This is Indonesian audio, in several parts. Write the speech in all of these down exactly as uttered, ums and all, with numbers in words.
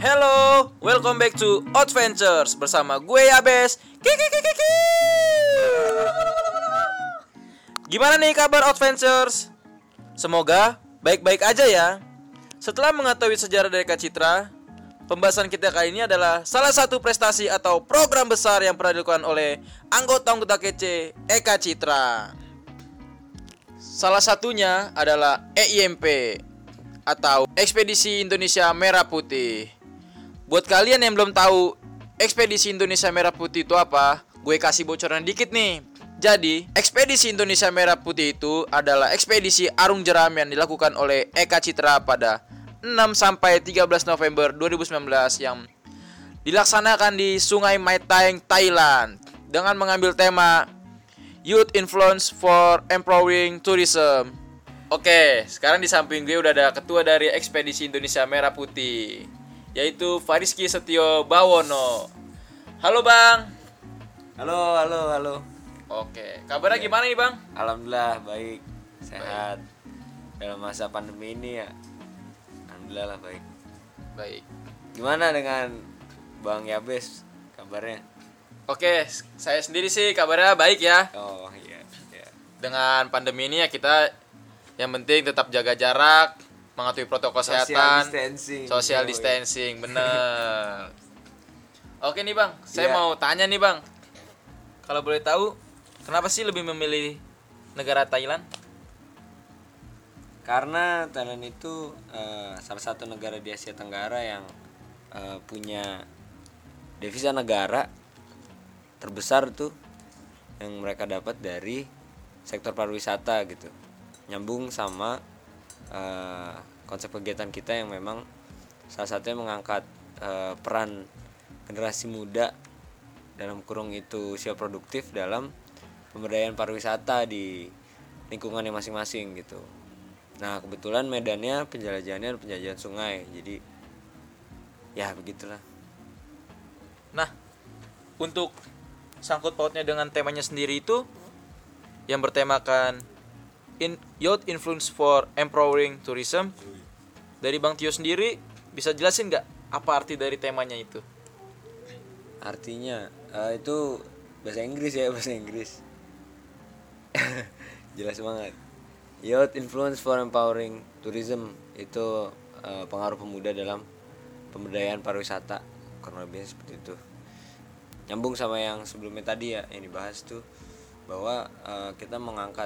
Hello, welcome back to Adventures bersama gue Yabes. Kikikikiki. Gimana nih kabar Adventures? Semoga baik-baik aja ya. Setelah mengetahui sejarah dari Eka Citra, pembahasan kita kali ini adalah salah satu prestasi atau program besar yang pernah dilakukan oleh anggota-anggota kece Eka Citra. Salah satunya adalah E I M P atau Ekspedisi Indonesia Merah Putih. Buat kalian yang belum tahu Ekspedisi Indonesia Merah Putih itu apa, gue kasih bocoran dikit nih. Jadi, Ekspedisi Indonesia Merah Putih itu adalah ekspedisi arung jeram yang dilakukan oleh Eka Citra pada enam sampai tiga belas November dua ribu sembilan belas yang dilaksanakan di Sungai Mai Taeng, Thailand dengan mengambil tema Youth Influence for Empowering Tourism. Oke, sekarang di samping gue udah ada ketua dari Ekspedisi Indonesia Merah Putih, yaitu Fariski Setio Bawono. Halo Bang. Halo, halo, halo. Oke, kabarnya ya. Gimana nih Bang? Alhamdulillah baik, sehat. Baik. Dalam masa pandemi ini ya, alhamdulillah lah baik. Baik. Gimana dengan Bang Yabes kabarnya? Oke, saya sendiri sih kabarnya baik ya. Oh iya. iya. Dengan pandemi ini ya kita yang penting tetap jaga jarak, mematuhi protokol Social kesehatan, distancing. social oh, distancing, iya. Bener. Oke nih Bang, saya yeah. mau tanya nih Bang, kalau boleh tahu, kenapa sih lebih memilih negara Thailand? Karena Thailand itu uh, salah satu negara di Asia Tenggara yang uh, punya devisa negara terbesar tuh yang mereka dapat dari sektor pariwisata gitu. Nyambung sama uh, konsep kegiatan kita yang memang salah satunya mengangkat uh, peran generasi muda dalam kurung itu usia produktif dalam pemberdayaan pariwisata di lingkungannya masing-masing gitu. Nah kebetulan medannya penjelajahannya penjajahan sungai, jadi ya begitulah. Nah untuk sangkut pautnya dengan temanya sendiri itu yang bertemakan In, Youth Influence for Empowering Tourism, dari Bang Tio sendiri bisa jelasin nggak apa arti dari temanya itu? Artinya uh, itu bahasa Inggris ya, bahasa Inggris. Jelas banget. Youth Influence for Empowering Tourism itu uh, pengaruh pemuda dalam pemberdayaan pariwisata, kurang lebih seperti itu. Nyambung sama yang sebelumnya tadi ya yang dibahas tuh bahwa uh, kita mengangkat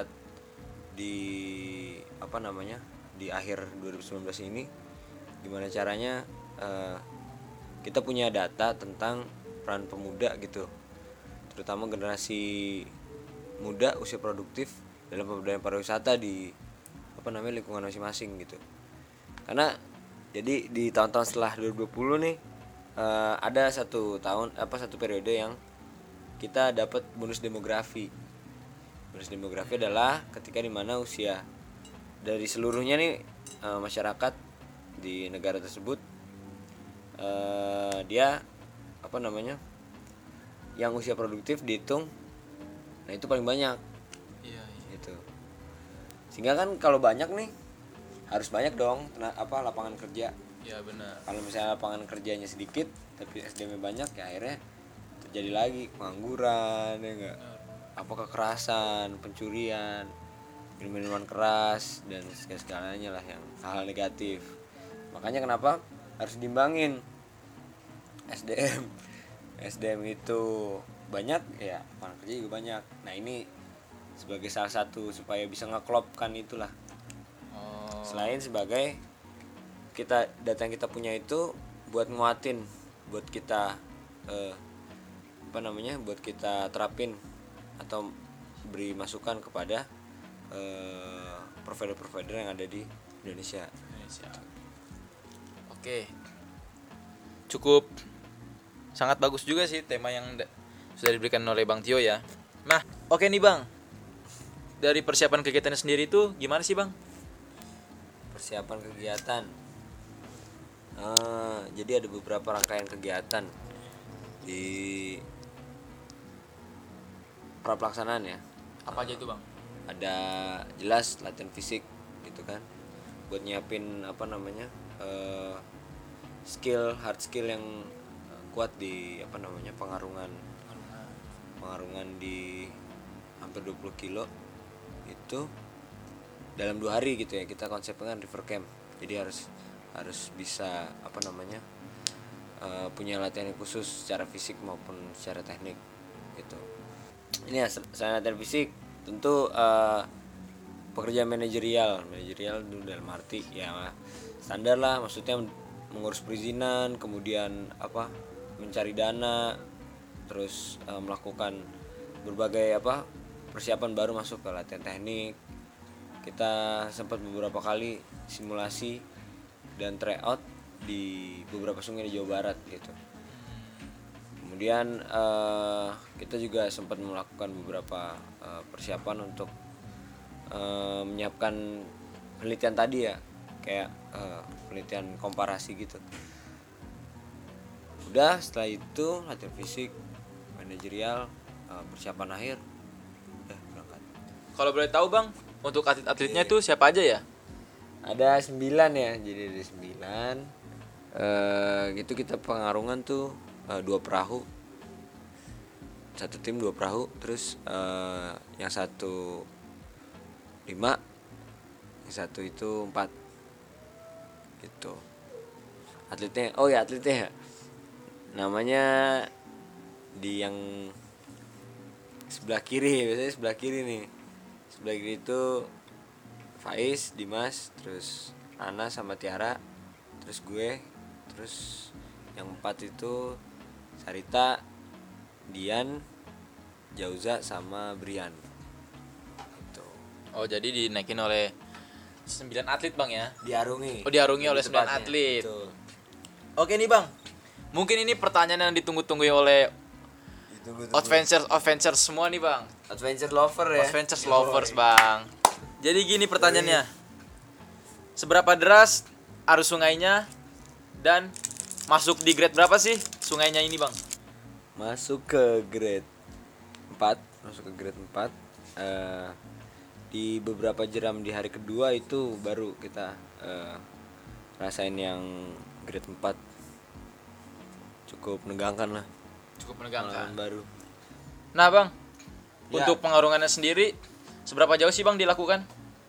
di apa namanya di akhir dua ribu sembilan belas ini gimana caranya uh, kita punya data tentang peran pemuda gitu, terutama generasi muda usia produktif dalam pemberdayaan pariwisata di apa namanya lingkungan masing-masing gitu. Karena jadi di tahun-tahun setelah dua ribu dua puluh nih uh, ada satu tahun apa satu periode yang kita dapat bonus demografi. Bonus demografi adalah ketika dimana usia dari seluruhnya nih e, masyarakat di negara tersebut e, dia apa namanya yang usia produktif dihitung, nah itu paling banyak. Iya, iya. Gitu. Sehingga kan kalau banyak nih harus banyak dong apa lapangan kerja. Iya benar. Kalau misalnya lapangan kerjanya sedikit tapi S D M-nya banyak ya akhirnya terjadi lagi pengangguran ya enggak. Apa kekerasan, pencurian, minuman keras dan segala-galanya lah yang hal-hal negatif. Makanya kenapa harus diimbangin S D M. S D M itu banyak ya, lapangan kerja juga banyak. Nah, ini sebagai salah satu supaya bisa ngeklopkan itulah. Oh. Selain sebagai kita data yang kita punya itu buat nguatin, buat kita eh, apa namanya? buat kita terapin atau beri masukan kepada uh, provider-provider yang ada di Indonesia. Indonesia. Oke, cukup sangat bagus juga sih tema yang da- sudah diberikan oleh Bang Tio ya. Nah, oke nih Bang, dari persiapan kegiatannya sendiri itu gimana sih Bang? Persiapan kegiatan, uh, jadi ada beberapa rangkaian kegiatan di pra pelaksanaan ya. Apa aja itu Bang? Ada jelas latihan fisik gitu kan, buat nyiapin apa namanya uh, skill hard skill yang uh, kuat di apa namanya pengarungan pengarungan di hampir dua puluh kilo itu dalam dua hari gitu ya. Kita konsepnya kan river camp, jadi harus harus bisa apa namanya uh, punya latihan yang khusus secara fisik maupun secara teknik gitu. Ini ya selain latihan fisik tentu uh, pekerjaan manajerial manajerial itu dalam arti ya standar lah, maksudnya mengurus perizinan, kemudian apa mencari dana, terus uh, melakukan berbagai apa persiapan baru masuk ke latihan teknik. Kita sempat beberapa kali simulasi dan tryout di beberapa sungai di Jawa Barat gitu. Kemudian uh, kita juga sempat melakukan beberapa uh, persiapan untuk uh, menyiapkan penelitian tadi ya, kayak uh, penelitian komparasi gitu. Udah setelah itu latihan fisik, manajerial, uh, persiapan akhir, udah berangkat. Kalau boleh tahu Bang, untuk atlet-atletnya itu siapa aja ya? Ada sembilan ya, jadi ada sembilan. Uh, gitu kita pengarungan tuh uh, dua perahu, satu tim dua perahu, terus uh, yang satu lima, yang satu itu empat, gitu. Atletnya, oh ya atletnya, namanya di yang sebelah kiri, biasanya sebelah kiri nih, sebelah kiri itu Faiz, Dimas, terus Ana sama Tiara, terus gue, terus yang empat itu Sarita, Dian, Jauza sama Brian. Gitu. Oh, jadi dinaikin oleh sembilan atlet Bang ya? Diarungi. Oh, diarungi oleh sembilan Tepatnya. atlet. Betul. Oke nih Bang. Mungkin ini pertanyaan yang ditunggu-tunggu oleh adventures adventures semua nih Bang. Adventure lover ya. Adventures lovers Bang. Jadi gini pertanyaannya. Seberapa deras arus sungainya dan masuk di grade berapa sih sungainya ini Bang? Masuk ke grade empat, masuk ke grade empat. Uh, di beberapa jeram di hari kedua itu baru kita uh, rasain yang grade empat. Cukup menegangkan lah. Cukup menegangkan. Baru. Nah Bang, Ya. untuk pengarungannya sendiri seberapa jauh sih Bang dilakukan?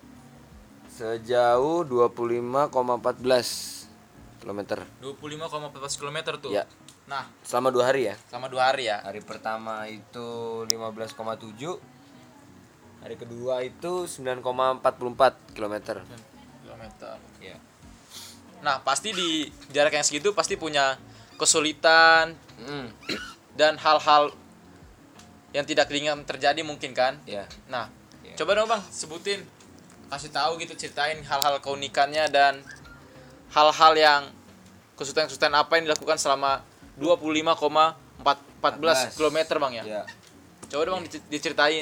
Sejauh dua puluh lima koma satu empat kilometer. dua puluh lima koma empat belas kilometer tuh. Ya. Nah, Selama dua hari ya. selama dua hari ya. Hari pertama itu lima belas koma tujuh. Hari kedua itu sembilan koma empat empat kilometer. Kilometer. Ya. Nah, pasti di jarak yang segitu pasti punya kesulitan Mm. dan hal-hal yang tidak diinginkan terjadi mungkin kan? Ya. Nah, Ya. coba dong Bang sebutin, kasih tahu gitu, ceritain hal-hal keunikannya dan hal-hal yang kesulitan-kesulitan apa yang dilakukan selama dua puluh lima koma empat belas kilometer Bang ya. Ya. Coba dong dic- diceritain.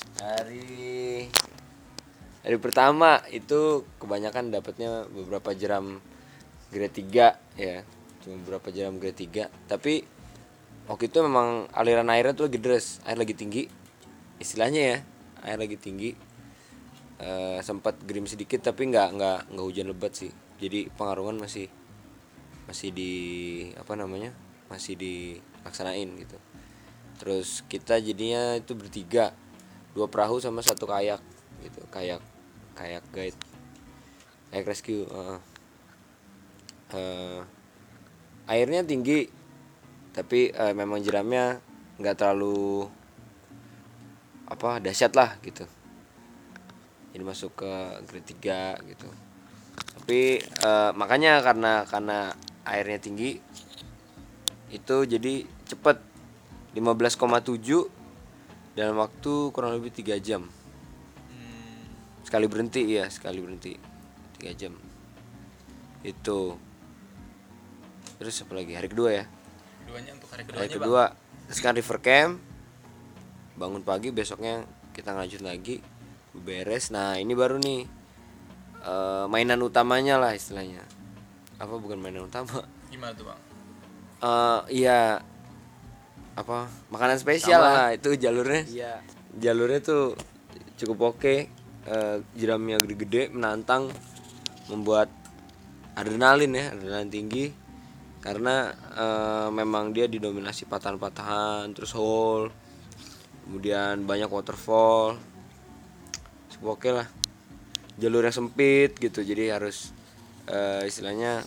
Hari hari pertama itu kebanyakan dapatnya beberapa jeram grade tiga ya. Cuma beberapa jeram grade tiga, tapi waktu itu memang aliran airnya tuh lagi deras, air lagi tinggi. Istilahnya ya, air lagi tinggi. E, sempat gerimis sedikit tapi nggak nggak nggak hujan lebat sih. Jadi pengarungan masih masih di apa namanya? Masih dilaksanain gitu. Terus kita jadinya itu bertiga, dua perahu sama satu kayak gitu, kayak kayak guide, kayak rescue. Uh, uh, airnya tinggi, tapi uh, memang jeramnya nggak terlalu apa dahsyat lah gitu. Jadi masuk ke grade tiga gitu. Tapi uh, makanya karena karena airnya tinggi itu jadi cepet lima belas koma tujuh dalam waktu kurang lebih tiga jam. Sekali berhenti ya, sekali berhenti tiga jam. Itu. Terus apa lagi? Hari kedua ya. Keduanya untuk hari keduanya Hari kedua, terus kan river camp. Bangun pagi besoknya kita lanjut lagi beres. Nah, ini baru nih uh, mainan utamanya lah istilahnya. Apa bukan mainan utama? Gimana tuh Bang? Uh, iya apa makanan spesial Sama. lah itu jalurnya. Iya. Jalurnya tuh cukup oke. Uh, jeramnya gede-gede, menantang, membuat adrenalin ya, adrenalin tinggi. karena uh, memang dia didominasi patahan-patahan, terus hole, kemudian banyak waterfall. Oke lah, jalur yang sempit gitu, jadi harus uh, istilahnya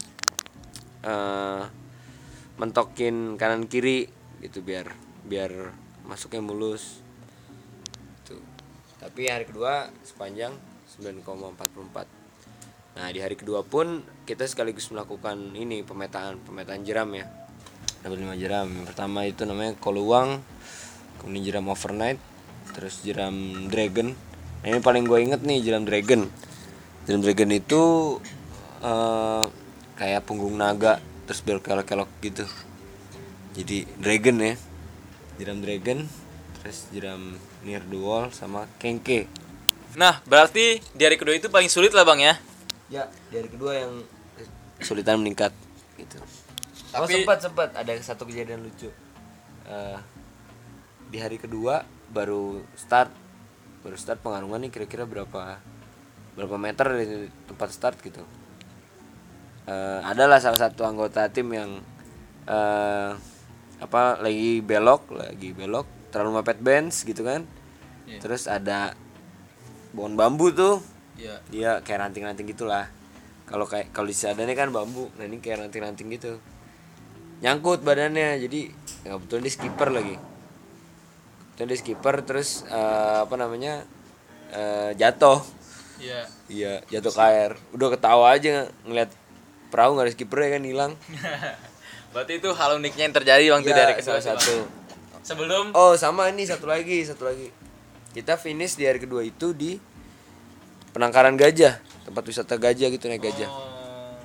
uh, mentokin kanan kiri gitu biar biar masuknya mulus. Tuh. Tapi hari kedua sepanjang sembilan koma empat empat. Nah, di hari kedua pun kita sekaligus melakukan ini pemetaan, pemetaan jeram ya. Dapat lima jeram. Yang pertama itu namanya Koluang, kemudian jeram overnight, terus jeram dragon. Nah, ini paling gue inget nih jeram dragon. Jeram dragon itu uh, kayak punggung naga terus berkelok-kelok gitu. Jadi dragon ya. Jeram dragon, terus jeram near the wall sama kengke. Nah, berarti di hari kedua itu paling sulit lah Bang ya. Ya, di hari kedua yang kesulitan meningkat gitu. Tapi oh, sempat sempat ada satu kejadian lucu. Uh, di hari kedua baru start baru start pengarungan nih, kira-kira berapa berapa meter dari tempat start gitu. Uh, adalah salah satu anggota tim yang uh, apa lagi belok lagi belok terlalu mepet bench gitu kan. Yeah. Terus ada pohon bambu tuh. Iya. Dia kayak ranting-ranting gitulah. Kalau kayak kalau di seadanya kan bambu, nah ini kayak ranting-ranting gitu. Nyangkut badannya, jadi ya kebetulan dia skipper lagi. Kebetulan dia skipper terus uh, apa namanya uh, jatuh. Iya. Iya jatuh ke air. Udah ketawa aja ngeliat perahu nggak ada skippernya kan hilang. Berarti itu hal uniknya yang terjadi waktu ya, dari kedua salah satu. Sebelum oh sama ini satu lagi satu lagi kita finish di hari kedua itu di Penangkaran Gajah, tempat wisata gajah gitu, naik gajah. Oh.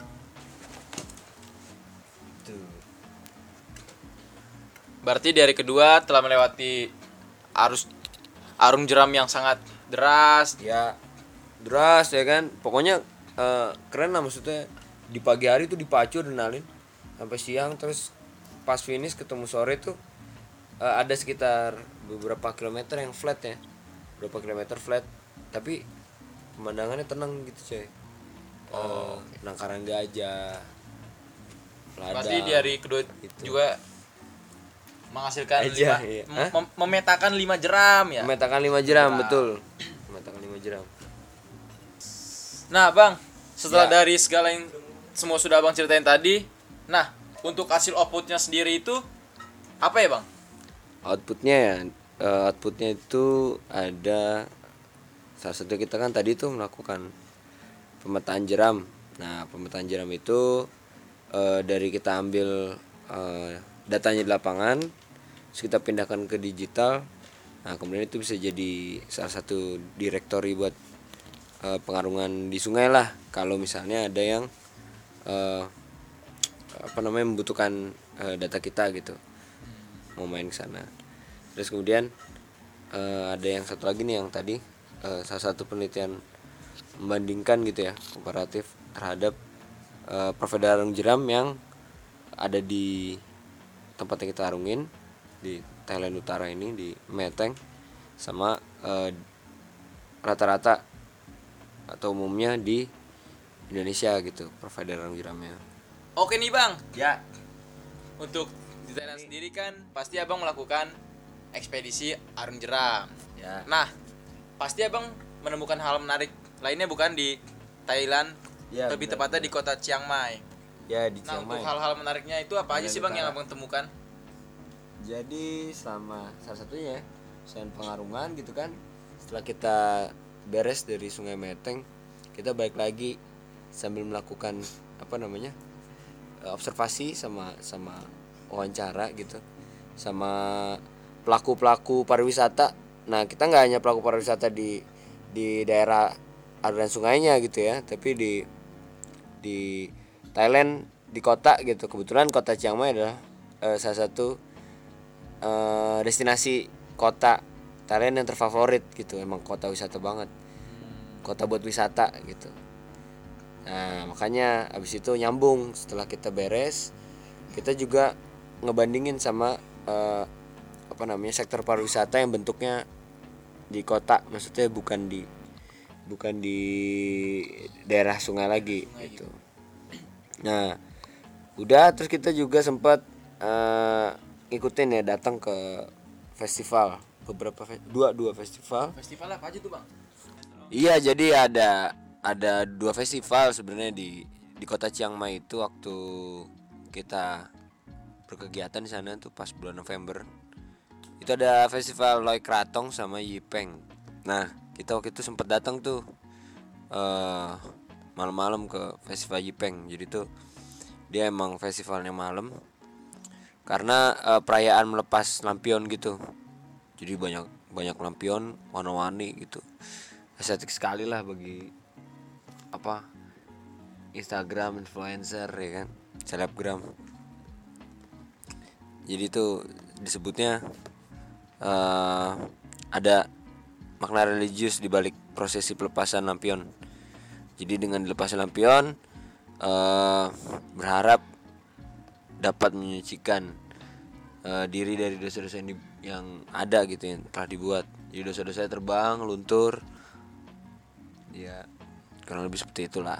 Tuh. Berarti di hari kedua telah melewati arus arung jeram yang sangat deras. Ya, deras ya kan. Pokoknya uh, keren lah, maksudnya di pagi hari tuh dipacu adrenalin sampai siang, terus pas finish ketemu sore tuh uh, ada sekitar beberapa kilometer yang flat ya, beberapa kilometer flat, tapi pemandangannya tenang gitu coy. Oh, uh, Penangkaran Gajah, Ladang. Berarti di hari kedua gitu. Juga menghasilkan Aja, lima, iya. mem- memetakan lima jeram ya. Memetakan lima jeram, jeram. Betul. Memetakan lima jeram. Nah Bang, setelah ya. dari segala yang semua sudah Abang ceritain tadi, nah untuk hasil outputnya sendiri itu apa ya Bang? Outputnya ya, uh, outputnya itu ada. Salah satu kita kan tadi tuh melakukan pemetaan jeram. Nah, pemetaan jeram itu e, dari kita ambil e, datanya di lapangan, terus kita pindahkan ke digital. Nah, kemudian itu bisa jadi salah satu direktori buat e, pengarungan di sungai lah. Kalau misalnya ada yang e, apa namanya membutuhkan e, data kita gitu, mau main ke sana. Terus kemudian e, ada yang satu lagi nih yang tadi. Uh, salah satu penelitian membandingkan gitu ya, komparatif terhadap uh, provider arung jeram yang ada di tempat yang kita arungin di Thailand Utara ini, di Meteng, sama uh, rata-rata atau umumnya di Indonesia gitu provider arung jeramnya. Oke nih Bang. Ya. Untuk di Thailand sendiri kan pasti Abang melakukan ekspedisi arung jeram. Ya. Nah, pasti Abang menemukan hal menarik lainnya bukan di Thailand, ya, lebih benar, tepatnya benar. Di kota Chiang Mai. Ya, di nah, Chiang Mai. Nah, untuk hal-hal menariknya itu apa aja sih Bang yang Abang temukan? Jadi selama salah satunya selain pengarungan gitu kan, setelah kita beres dari Sungai Meteng, kita balik lagi sambil melakukan apa namanya? observasi sama sama wawancara gitu sama pelaku-pelaku pariwisata. Nah, kita nggak hanya pelaku pariwisata di di daerah aliran sungainya gitu ya, tapi di di Thailand, di kota gitu. Kebetulan kota Chiang Mai adalah uh, salah satu uh, destinasi kota Thailand yang terfavorit gitu. Emang kota wisata banget, kota buat wisata gitu. Nah, makanya abis itu nyambung setelah kita beres, kita juga ngebandingin sama uh, apa namanya sektor pariwisata yang bentuknya di kota, maksudnya bukan di bukan di daerah sungai lagi sungai gitu. Nah, Udah, terus kita juga sempat uh, ikutin ya, datang ke festival, beberapa fe- dua dua festival. Festival apa aja tuh bang? Iya, jadi ada ada dua festival sebenarnya di di kota Chiang Mai itu waktu kita berkegiatan di sana tuh pas bulan November. Itu ada festival Loy Krathong sama Yipeng. Nah, kita waktu itu sempat datang tuh uh, malam-malam ke festival Yipeng. Jadi tuh dia emang festivalnya malam karena uh, perayaan melepas lampion gitu. Jadi banyak banyak lampion warna-warni gitu. Estetik sekali lah bagi apa Instagram influencer ya kan, selebgram. Jadi tuh disebutnya uh, ada makna religius di balik prosesi pelepasan lampion. Jadi dengan dilepasnya lampion uh, berharap dapat menyucikan uh, diri dari dosa-dosa yang, di, yang ada gitu yang telah dibuat. Jadi dosa-dosa terbang, luntur. Ya kurang lebih seperti itulah.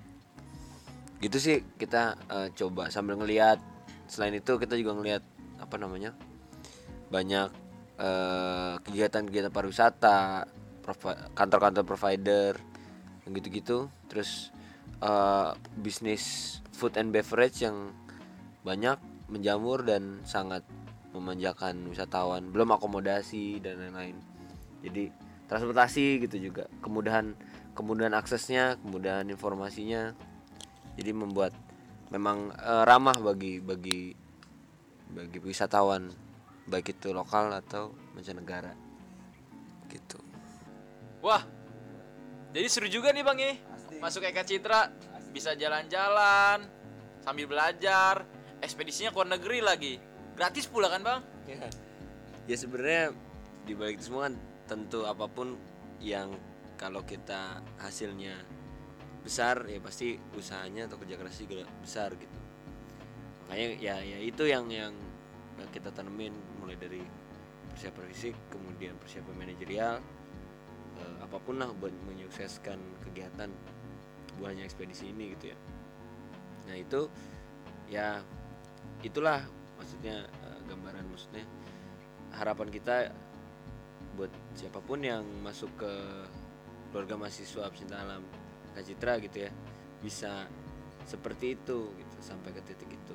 Gitu sih kita uh, coba sambil ngelihat. Selain itu kita juga ngelihat apa namanya banyak uh, kegiatan-kegiatan pariwisata, provi- kantor-kantor provider yang gitu-gitu. Terus uh, bisnis food and beverage yang banyak menjamur dan sangat memanjakan wisatawan. Belum akomodasi dan lain-lain. Jadi transportasi gitu juga, kemudahan kemudahan aksesnya, kemudahan informasinya. Jadi membuat memang uh, ramah bagi bagi bagi wisatawan, baik itu lokal atau mancanegara gitu. Wah, jadi seru juga nih bang ya. Masuk Eka Citra, bisa jalan-jalan sambil belajar, ekspedisinya ke luar negeri lagi, gratis pula kan bang? Ya, ya sebenarnya di balik itu semua kan tentu apapun yang kalau kita hasilnya besar ya pasti usahanya atau kerja keras juga besar gitu. Makanya ya ya itu yang yang kita tanemin, mulai dari persiapan fisik, kemudian persiapan manajerial, eh, apapun lah buat menyukseskan kegiatan bukan hanya ekspedisi ini gitu ya. Nah itu ya itulah maksudnya eh, gambaran maksudnya harapan kita buat siapapun yang masuk ke keluarga mahasiswa pecinta alam Eka Citra gitu ya, bisa seperti itu gitu sampai ke titik itu.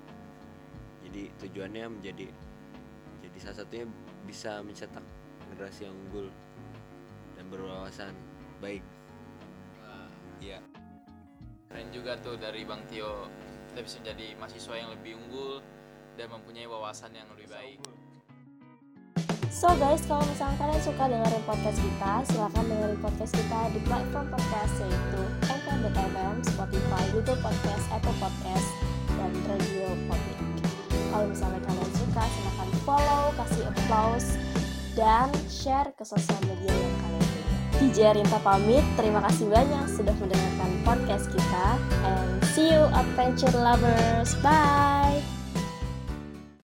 Jadi tujuannya menjadi jadi salah satunya bisa mencetak generasi yang unggul dan berwawasan baik. Wah, Iya. keren juga tuh dari Bang Tio. Kita bisa menjadi mahasiswa yang lebih unggul dan mempunyai wawasan yang lebih baik. So guys, kalau misalnya kalian suka dengerin podcast kita, silahkan dengerin podcast kita di platform podcast yaitu Anchor dot f m, Spotify, Google Podcast, Apple Podcast, dan Radio Public. Kalau misalnya kalian suka, silahkan follow, kasih applause, dan share ke sosial media yang kalian punya. D J Rinta pamit, terima kasih banyak sudah mendengarkan podcast kita, and see you adventure lovers, bye!